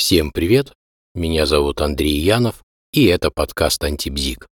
Всем привет, меня зовут Андрей Янов, и это подкаст «Антибзик».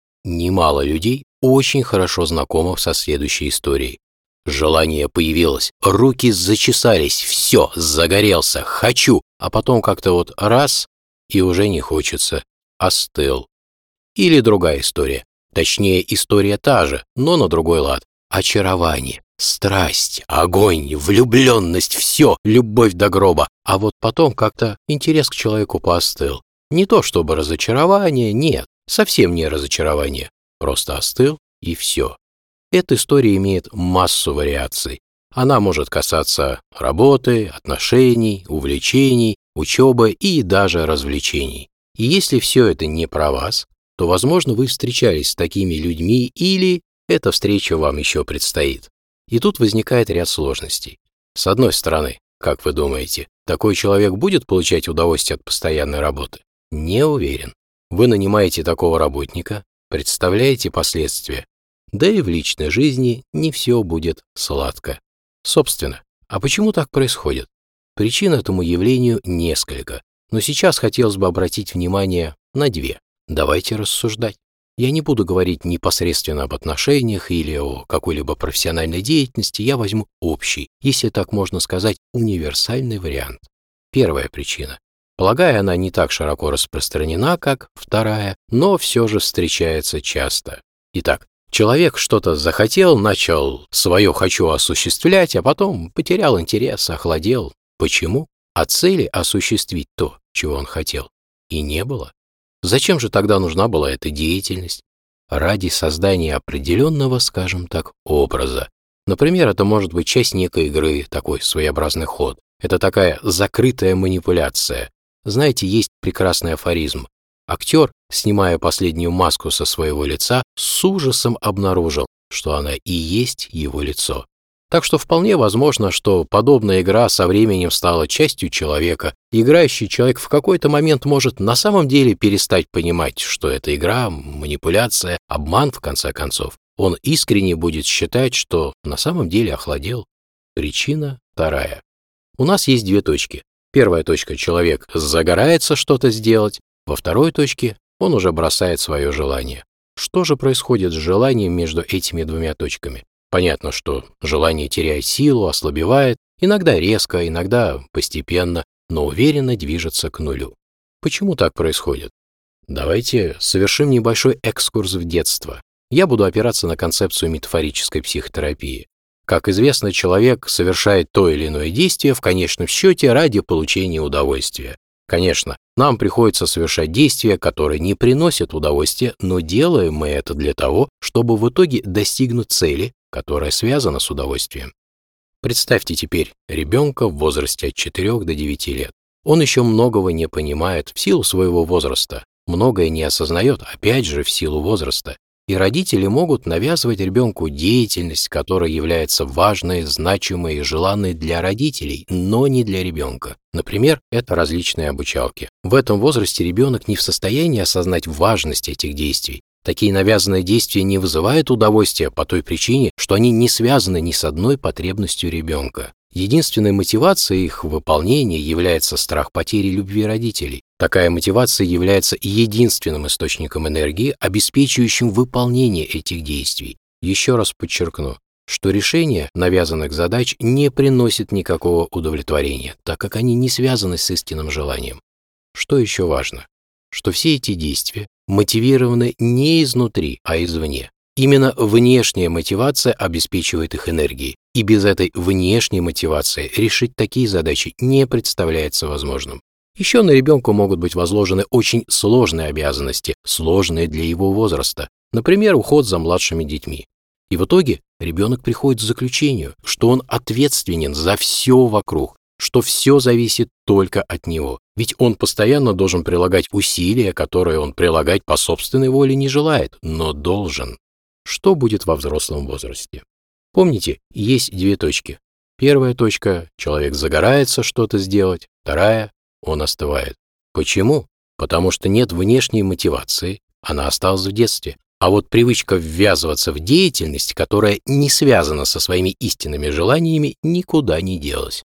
Немало людей очень хорошо знакомы со следующей историей. Желание появилось, руки зачесались, все, загорелся, хочу, а потом как-то вот раз, и уже не хочется, остыл. Или другая история, точнее история та же, но на другой лад. Очарование, страсть, огонь, влюбленность, все, любовь до гроба. А вот потом как-то интерес к человеку поостыл. Не то чтобы разочарование, нет, совсем не разочарование. Просто остыл и все. Эта история имеет массу вариаций. Она может касаться работы, отношений, увлечений, учебы и даже развлечений. И если все это не про вас, то, возможно, вы встречались с такими людьми или эта встреча вам еще предстоит. И тут возникает ряд сложностей. С одной стороны, как вы думаете, такой человек будет получать удовольствие от постоянной работы? Не уверен. Вы нанимаете такого работника, представляете последствия. Да и в личной жизни не все будет сладко. Собственно, а почему так происходит? Причин этому явлению несколько, но сейчас хотелось бы обратить внимание на две. Давайте рассуждать. Я не буду говорить непосредственно об отношениях или о какой-либо профессиональной деятельности, я возьму общий, если так можно сказать, универсальный вариант. Первая причина. Полагаю, она не так широко распространена, как вторая, но все же встречается часто. Итак, человек что-то захотел, начал свое «хочу» осуществлять, а потом потерял интерес, охладел. Почему? А цели осуществить то, чего он хотел, и не было. Зачем же тогда нужна была эта деятельность? Ради создания определенного, скажем так, образа. Например, это может быть часть некой игры, такой своеобразный ход. Это такая закрытая манипуляция. Знаете, есть прекрасный афоризм. Актер, снимая последнюю маску со своего лица, с ужасом обнаружил, что она и есть его лицо. Так что вполне возможно, что подобная игра со временем стала частью человека. Играющий человек в какой-то момент может на самом деле перестать понимать, что это игра, манипуляция, обман в конце концов. Он искренне будет считать, что на самом деле охладел. Причина вторая. У нас есть две точки. Первая точка — человек загорается что-то сделать. Во второй точке он уже бросает свое желание. Что же происходит с желанием между этими двумя точками? Понятно, что желание теряет силу, ослабевает, иногда резко, иногда постепенно, но уверенно движется к нулю. Почему так происходит? Давайте совершим небольшой экскурс в детство. Я буду опираться на концепцию метафорической психотерапии. Как известно, человек совершает то или иное действие в конечном счете ради получения удовольствия. Конечно, нам приходится совершать действия, которые не приносят удовольствия, но делаем мы это для того, чтобы в итоге достигнуть цели, которая связана с удовольствием. Представьте теперь ребенка в возрасте от 4 до 9 лет. Он еще многого не понимает в силу своего возраста, многое не осознает, опять же, в силу возраста. И родители могут навязывать ребенку деятельность, которая является важной, значимой и желанной для родителей, но не для ребенка. Например, это различные обучалки. В этом возрасте ребенок не в состоянии осознать важность этих действий. Такие навязанные действия не вызывают удовольствия по той причине, что они не связаны ни с одной потребностью ребенка. Единственной мотивацией их выполнения является страх потери любви родителей. Такая мотивация является единственным источником энергии, обеспечивающим выполнение этих действий. Еще раз подчеркну, что решение навязанных задач не приносит никакого удовлетворения, так как они не связаны с истинным желанием. Что еще важно? Что все эти действия мотивированы не изнутри, а извне. Именно внешняя мотивация обеспечивает их энергией, и без этой внешней мотивации решить такие задачи не представляется возможным. Еще на ребенка могут быть возложены очень сложные обязанности, сложные для его возраста, например, уход за младшими детьми. И в итоге ребенок приходит к заключению, что он ответственен за все вокруг, что все зависит только от него. Ведь он постоянно должен прилагать усилия, которые он прилагать по собственной воле не желает, но должен. Что будет во взрослом возрасте? Помните, есть две точки. Первая точка — человек загорается что-то сделать, вторая — он остывает. Почему? Потому что нет внешней мотивации, она осталась в детстве. А вот привычка ввязываться в деятельность, которая не связана со своими истинными желаниями, никуда не делась.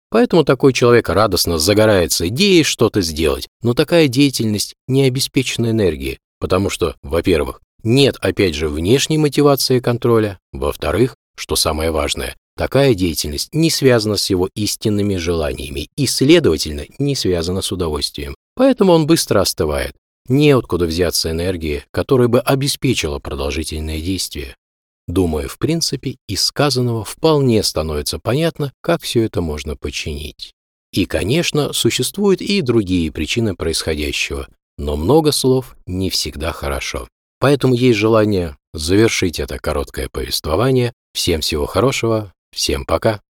Поэтому такой человек радостно загорается идеей что-то сделать, но такая деятельность не обеспечена энергией, потому что, во-первых, нет опять же внешней мотивации и контроля, во-вторых, что самое важное, такая деятельность не связана с его истинными желаниями и, следовательно, не связана с удовольствием. Поэтому он быстро остывает. Неоткуда взяться энергии, которая бы обеспечила продолжительное действие. Думаю, в принципе, из сказанного вполне становится понятно, как все это можно починить. И, конечно, существуют и другие причины происходящего, но много слов не всегда хорошо. Поэтому есть желание завершить это короткое повествование. Всем всего хорошего, всем пока.